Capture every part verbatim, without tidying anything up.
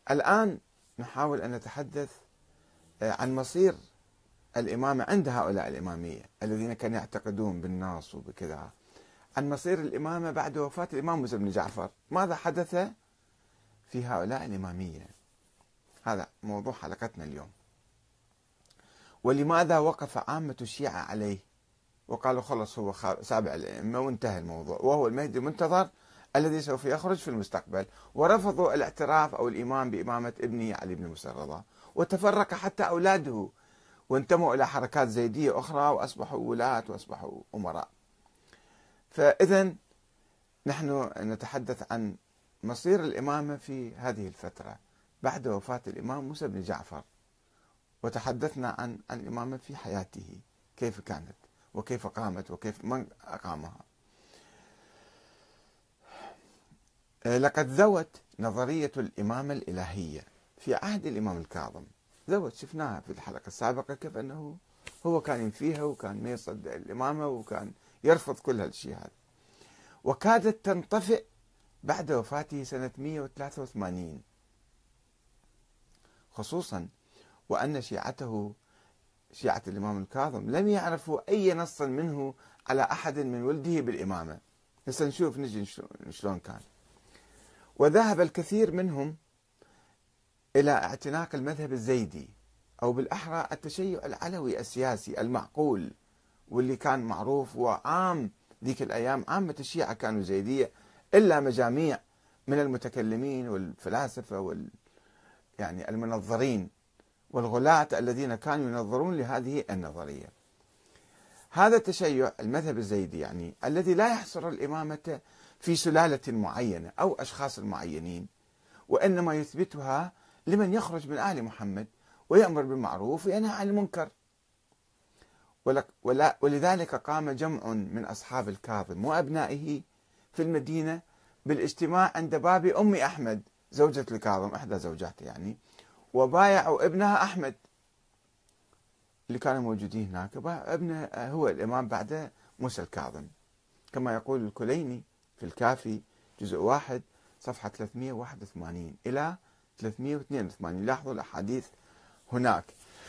الآن نحاول أن نتحدث عن مصير الإمامة عند هؤلاء الإمامية الذين كانوا يعتقدون بالنص وبكذا، عن مصير الإمامة بعد وفاة الإمام موسى بن جعفر. ماذا حدث في هؤلاء الإمامية؟ هذا موضوع حلقتنا اليوم. ولماذا وقف عامة الشيعة عليه وقالوا خلص هو سابع الأئمة وانتهى الموضوع وهو المهدي المنتظر الذي سوف يخرج في المستقبل، ورفضوا الاعتراف أو الإيمان بإمامة ابنه علي بن موسى الرضا، وتفرق حتى أولاده وانتموا إلى حركات زيدية أخرى وأصبحوا ولاة وأصبحوا أمراء. فإذا نحن نتحدث عن مصير الإمامة في هذه الفترة بعد وفاة الإمام موسى بن جعفر، وتحدثنا عن عن الإمامة في حياته كيف كانت وكيف قامت وكيف من أقامها. لقد ذوت نظرية الإمامة الإلهية في عهد الإمام الكاظم، ذوت شفناها في الحلقة السابقة كيف أنه هو كان ينفيها وكان ما يصدق الإمامة وكان يرفض كل هالشيء هذا، وكادت تنطفئ بعد وفاته سنة مئة وثلاثة وثمانين، خصوصا وأن شيعته شيعة الإمام الكاظم لم يعرفوا أي نص منه على أحد من ولده بالإمامة. هسه نشوف نجي شلون كان. وذهب الكثير منهم إلى اعتناق المذهب الزيدي، أو بالأحرى التشيع العلوي السياسي المعقول، واللي كان معروف وعام ذيك الأيام. عامة الشيعة كانوا زيدية إلا مجاميع من المتكلمين والفلاسفة وال يعني المنظرين والغلاة الذين كانوا ينظرون لهذه النظرية. هذا التشيع المذهب الزيدي يعني الذي لا يحصر الإمامة في سلالة معينة أو أشخاص معينين، وإنما يثبتها لمن يخرج من آل محمد ويأمر بالمعروف وينهى عن المنكر. ولذلك قام جمع من أصحاب الكاظم وأبنائه في المدينة بالاجتماع عند باب أم أحمد زوجة الكاظم، إحدى زوجاته يعني، وبايعوا ابنها أحمد اللي كانوا موجودين هناك. ابنه هو الإمام بعد موسى الكاظم، كما يقول الكليني في الكافي جزء واحد صفحة ثلاثمئة وواحد وثمانين إلى ثلاثمئة واثنين وثمانين. لاحظوا الأحاديث هناك.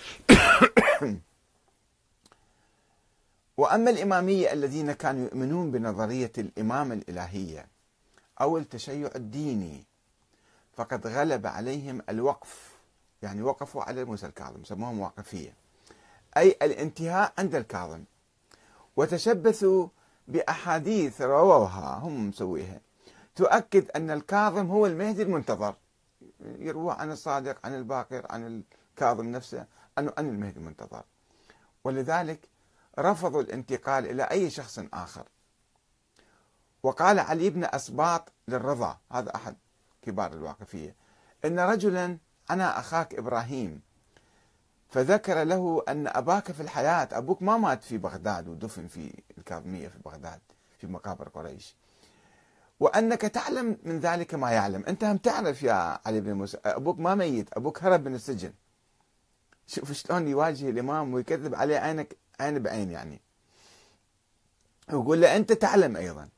وأما الإمامية الذين كانوا يؤمنون بنظرية الإمامة الإلهية أو التشيع الديني فقد غلب عليهم الوقف، يعني وقفوا على موسى الكاظم، سموهم واقفية، أي الانتهاء عند الكاظم، وتشبثوا بأحاديث رووها هم مسويها تؤكد أن الكاظم هو المهدي المنتظر، يروى عن الصادق عن الباقر عن الكاظم نفسه أنه أن المهدي المنتظر. ولذلك رفضوا الانتقال إلى أي شخص آخر. وقال علي بن أسباط للرضا، هذا أحد كبار الواقفية، إن رجلا أنا أخاك إبراهيم، فذكر له أن أباك في الحياة، أبوك ما مات في بغداد ودفن في الكاظمية في بغداد في مقابر قريش، وأنك تعلم من ذلك ما يعلم. أنت هم تعرف يا علي بن موسى أبوك ما ميت، أبوك هرب من السجن. شوف شلون يواجه الإمام ويكذب عليه عينك عين بعين يعني، ويقول له أنت تعلم أيضا.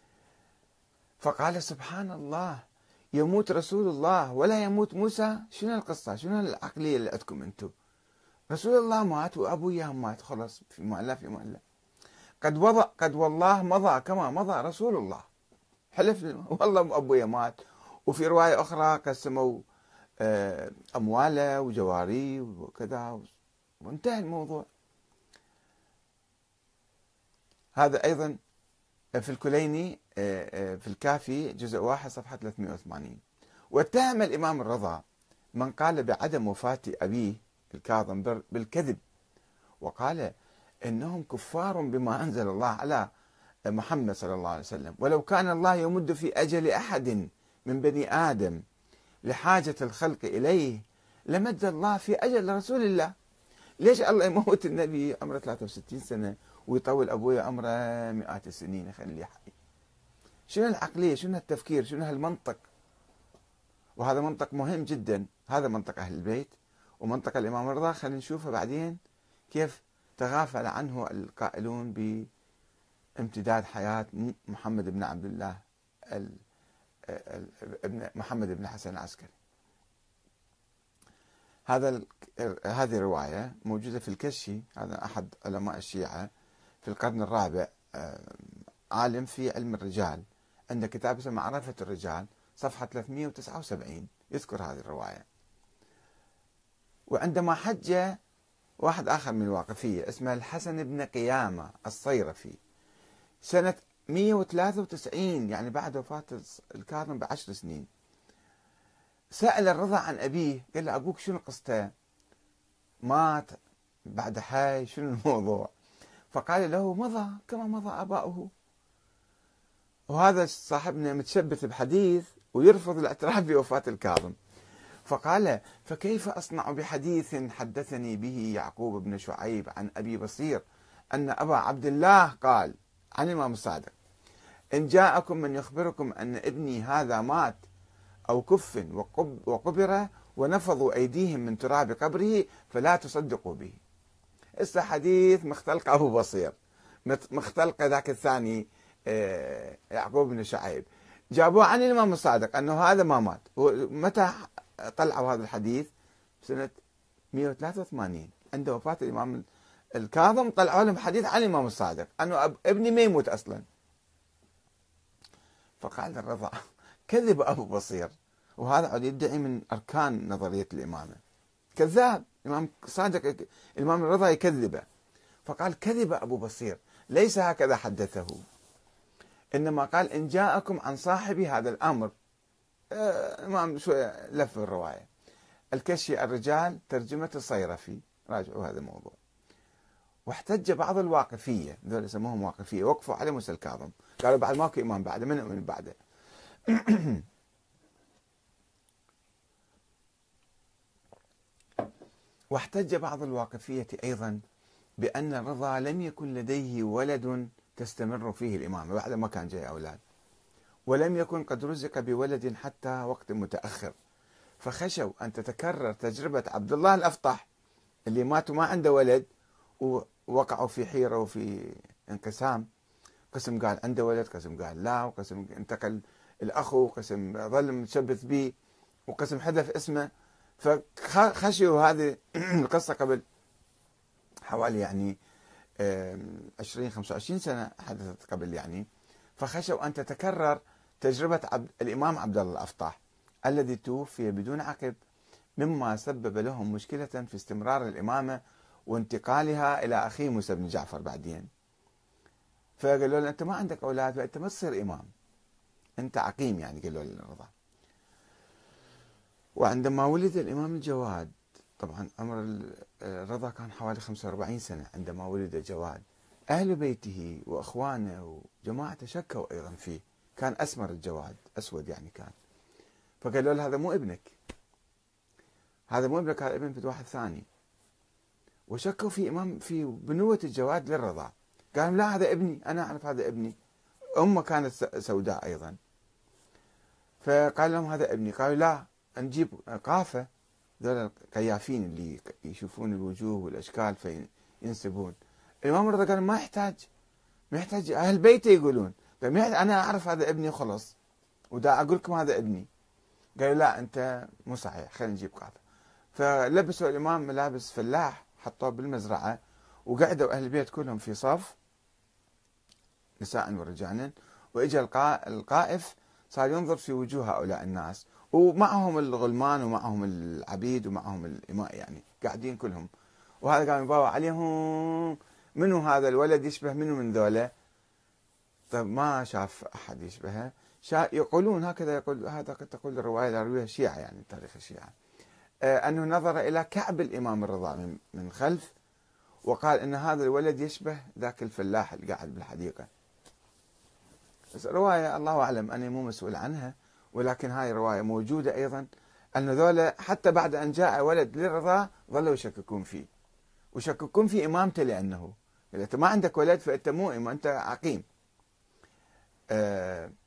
فقال سبحان الله، يموت رسول الله ولا يموت موسى؟ شنو القصة؟ شنو العقلية اللي عندكم أنتم؟ رسول الله مات وأبويا مات، خلص في مؤلف في مؤلف. قد وضع قد والله مضى كما مضى رسول الله، حلف والله أبويا مات. وفي رواية أخرى قسموا أمواله وجواريه وكذا وانتهى الموضوع. هذا أيضا في الكليني في الكافي جزء واحد صفحة ثلاثمئة وثمانين. واتهم الإمام الرضا من قال بعدم وفاة أبيه الكاظم بالكذب، وقال إنهم كفار بما أنزل الله على محمد صلى الله عليه وسلم، ولو كان الله يمد في أجل أحد من بني آدم لحاجة الخلق إليه لمد الله في أجل رسول الله. ليش الله يموت النبي عمره ثلاثة وستين سنة ويطول أبويا عمره مئات السنين يخليه حي؟ شنو العقلية؟ شنو التفكير؟ شنو هالمنطق؟ وهذا منطق مهم جدا، هذا منطق أهل البيت ومنطق الإمام الرضا. خلينا نشوفه بعدين كيف تغافل عنه القائلون بامتداد حياة محمد بن عبد الله ابن محمد بن حسن العسكري. هذا ال... هذه الرواية موجودة في الكشي، هذا أحد علماء الشيعة في القرن الرابع، عالم في علم الرجال، عنده كتاب اسمه معرفة الرجال، صفحة ثلاثمئة وتسعة وسبعين يذكر هذه الرواية. وعندما حج واحد آخر من الواقفية اسمه الحسن بن قيامة الصيرفي سنة مئة وثلاثة وتسعين، يعني بعد وفاة الكاظم بعشر سنين، سأل الرضا عن أبيه، قال له أبوك شنو قصته؟ مات بعد حي، شنو الموضوع؟ فقال له مضى كما مضى آباؤه. وهذا صاحبنا متشبث بحديث ويرفض الاعتراف بوفاة الكاظم. فقال فكيف أصنع بحديث حدثني به يعقوب بن شعيب عن أبي بصير أن أبا عبد الله قال عن الإمام الصادق إن جاءكم من يخبركم أن ابني هذا مات أو كف وقبر ونفضوا أيديهم من تراب قبره فلا تصدقوا به. إسا حديث مختلق أبو بصير، مختلق ذاك الثاني يعقوب بن شعيب، جابوه عن الإمام الصادق أنه هذا ما مات. متى طلعوا هذا الحديث؟ سنة مئة وثلاثة وثمانين عند وفاة الإمام الكاظم، طلعوا لهم حديث عن الإمام الصادق أنه ابني ما يموت أصلا. فقال الرضا كذب أبو بصير، وهذا عاد يدعي من أركان نظرية الإمامة، كذاب. الإمام صادق الإمام الرضا يكذبه. فقال كذب أبو بصير، ليس هكذا حدثه، إنما قال إن جاءكم عن صاحب هذا الأمر. الإمام شوية لف الرواية. الكشي الرجال ترجمة الصيرفي، راجعوا هذا الموضوع. واحتج بعض الواقفية، ذول يسموهم واقفية، وقفوا على موسى الكاظم، قالوا بعد ماكو إمام بعده، من من بعده. واحتج بعض الواقفية أيضا بأن الرضا لم يكن لديه ولد تستمر فيه الإمامة، بعد ما كان جاي أولاد، ولم يكن قد رزق بولد حتى وقت متأخر، فخشوا أن تتكرر تجربة عبد الله الأفطح اللي مات وما عنده ولد، ووقعوا في حيرة وفي انقسام. قسم قال عنده ولد، قسم قال لا، وقسم انتقل الأخو، قسم ظل متشبث به، وقسم حذف اسمه. فخشوا هذه القصة قبل حوالي يعني عشرين خمسة وعشرين سنة حدثت قبل يعني. فخشوا أن تتكرر تجربة عبد الإمام عبد الله الأفطاح الذي توفي بدون عقب، مما سبب لهم مشكلة في استمرار الإمامة وانتقالها إلى أخيه موسى بن جعفر بعدين. فقالوا له أنت ما عندك أولاد فأنت ما تصير إمام، أنت عقيم يعني، قالوا له الرضا. وعندما ولد الإمام الجواد، طبعا عمر الرضا كان حوالي خمسة وأربعين سنة عندما ولد الجواد، أهل بيته وأخوانه وجماعته شكوا أيضا فيه، كان أسمر الجواد، أسود يعني كان. فقالوا له هذا مو ابنك، هذا مو ابنك، هذا ابن واحد ثاني. وشكوا في إمام في بنوة الجواد للرضا، قالوا لا هذا ابني، أنا أعرف هذا ابني. أمه كانت سوداء أيضا. فقال لهم هذا ابني، قالوا لا نجيب قافة، ذول القيافين اللي يشوفون الوجوه والأشكال فينسبون. الإمام الرضا قال ما يحتاج، ما يحتاج، أهل بيته يقولون، أنا أعرف هذا ابني خلص، ودا أقول لكم هذا ابني. قالوا لا أنت مو صحيح، خلينا نجيب قافة. فلبسوا الإمام ملابس فلاح، حطوه بالمزرعة، وقعدوا أهل البيت كلهم في صف، نساء ورجالا، وإجا القائف صار ينظر في وجوه هؤلاء الناس، ومعهم الغلمان ومعهم العبيد ومعهم الإماء، يعني قاعدين كلهم. وهذا قام يباوع عليهم، منو هذا الولد يشبه منو من ذولا؟ طيب ما شاف أحد يشبهه، يقولون هكذا، يقول هذا قد تقول الرواية الروية الشيعة يعني تاريخ الشيعة، آه أنه نظر إلى كعب الإمام الرضا من, من خلف، وقال أن هذا الولد يشبه ذاك الفلاح اللي قاعد بالحديقة. بس رواية الله أعلم، أنا مو مسؤول عنها، ولكن هاي رواية موجودة أيضا، أن ذولا حتى بعد أن جاء ولد للرضا ظلوا يشككون فيه، ويشككون في إمامته، لأنه إذا أنت ما عندك ولد فأنت مو إمام، أنت عقيم. أه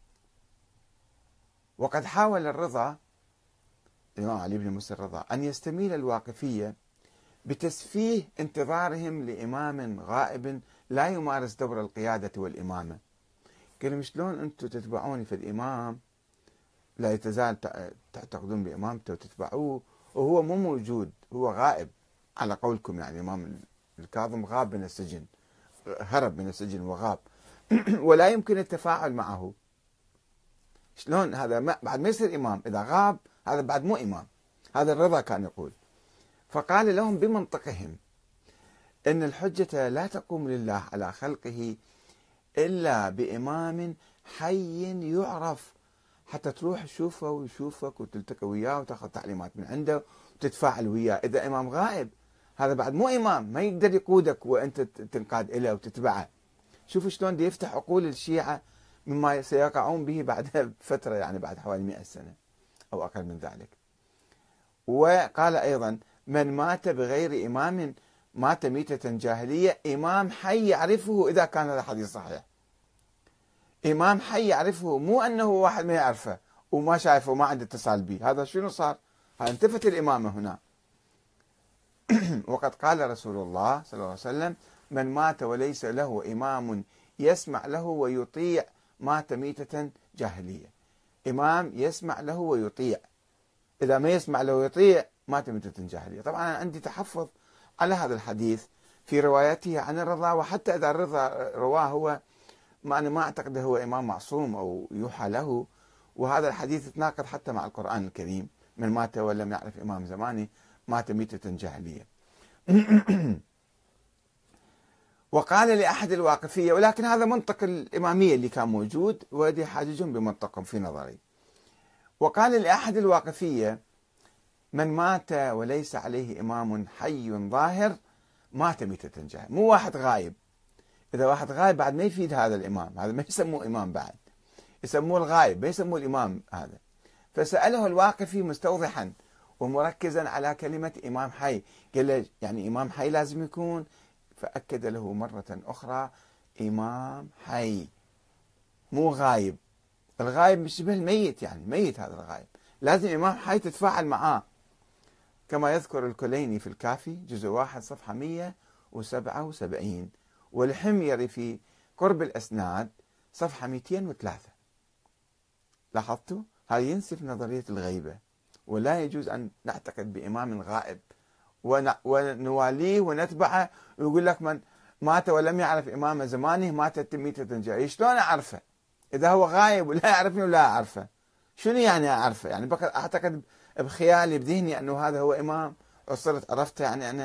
وقد حاول الرضا، الإمام علي بن موسى الرضا، أن يستميل الواقفية بتسفيه انتظارهم لإمام غائب لا يمارس دور القيادة والإمامة. قالوا شلون أنتم تتبعوني في الإمام لا يتزال تعتقدون بإمامته وتتبعوه، وهو مو موجود، هو غائب على قولكم، يعني الإمام الكاظم غاب من السجن، هرب من السجن وغاب ولا يمكن التفاعل معه. شلون هذا ما بعد ما يصير إمام؟ إذا غاب هذا بعد مو إمام. هذا الرضا كان يقول. فقال لهم بمنطقهم إن الحجة لا تقوم لله على خلقه إلا بإمام حي يعرف، حتى تروح تشوفه ويشوفك وتلتقي وياه وتاخذ تعليمات من عنده وتتفاعل وياه. إذا إمام غائب هذا بعد مو إمام، ما يقدر يقودك وأنت تنقاد إليه وتتبعه. شوفوا شلون دي يفتح عقول الشيعة مما سيقعون به بعد فترة، يعني بعد حوالي مئة سنة أو أقل من ذلك. وقال أيضا: من مات بغير إمام مات ميتة جاهلية. إمام حي يعرفه، إذا كان هذا الحديث صحيح، إمام حي يعرفه، مو أنه واحد ما يعرفه وما شايفه وما عنده اتصال به. هذا شنو صار؟ انتفت الإمامة هنا. وقد قال رسول الله صلى الله عليه وسلم: من مات وليس له إمام يسمع له ويطيع مات ميتة جاهلية. إمام يسمع له ويطيع، إذا ما يسمع له ويطيع مات ميتة جاهلية. طبعا أنا عندي تحفظ على هذا الحديث في روايته عن الرضا، وحتى إذا الرضا رواه هو، ما أنا ما أعتقد هو إمام معصوم أو يوحى له. وهذا الحديث يتناقض حتى مع القرآن الكريم: من مات ولم يعرف إمام زمانه مات ميتة جاهلية. وقال لأحد الواقفية، ولكن هذا منطق الإمامية اللي كان موجود، ودي حاججهم بمنطقهم في نظري. وقال لأحد الواقفية: من مات وليس عليه إمام حي ظاهر مات ميتة جاهلية. مو واحد غايب. إذا واحد غايب بعد ما يفيد هذا الإمام، هذا ما يسموه إمام، بعد يسموه الغايب، ما يسموه الإمام هذا. فسأله الواقفي مستوضحا ومركزا على كلمة إمام حي، قال له: يعني إمام حي لازم يكون؟ فأكد له مرة أخرى: إمام حي مو غايب. الغايب مش شبه الميت، يعني ميت هذا الغايب، لازم إمام حي تتفاعل معاه، كما يذكر الكليني في الكافي جزء واحد صفحة مئة وسبعة وسبعين، والحميري في قرب الأسناد صفحة مئتين وثلاثة. لاحظتوا؟ هذا ينسف نظرية الغيبة، ولا يجوز أن نعتقد بإمام غائب ونواليه ونتبعه ويقول لك: من مات ولم يعرف إمام زمانه ماتت ميتة جاهلية. شلون أعرفه إذا هو غايب ولا يعرفني ولا أعرفه؟ شنو يعني أعرفه؟ يعني بقى أعتقد بخيالي بذهني أنه هذا هو إمام وصرت عرفته، يعني أنا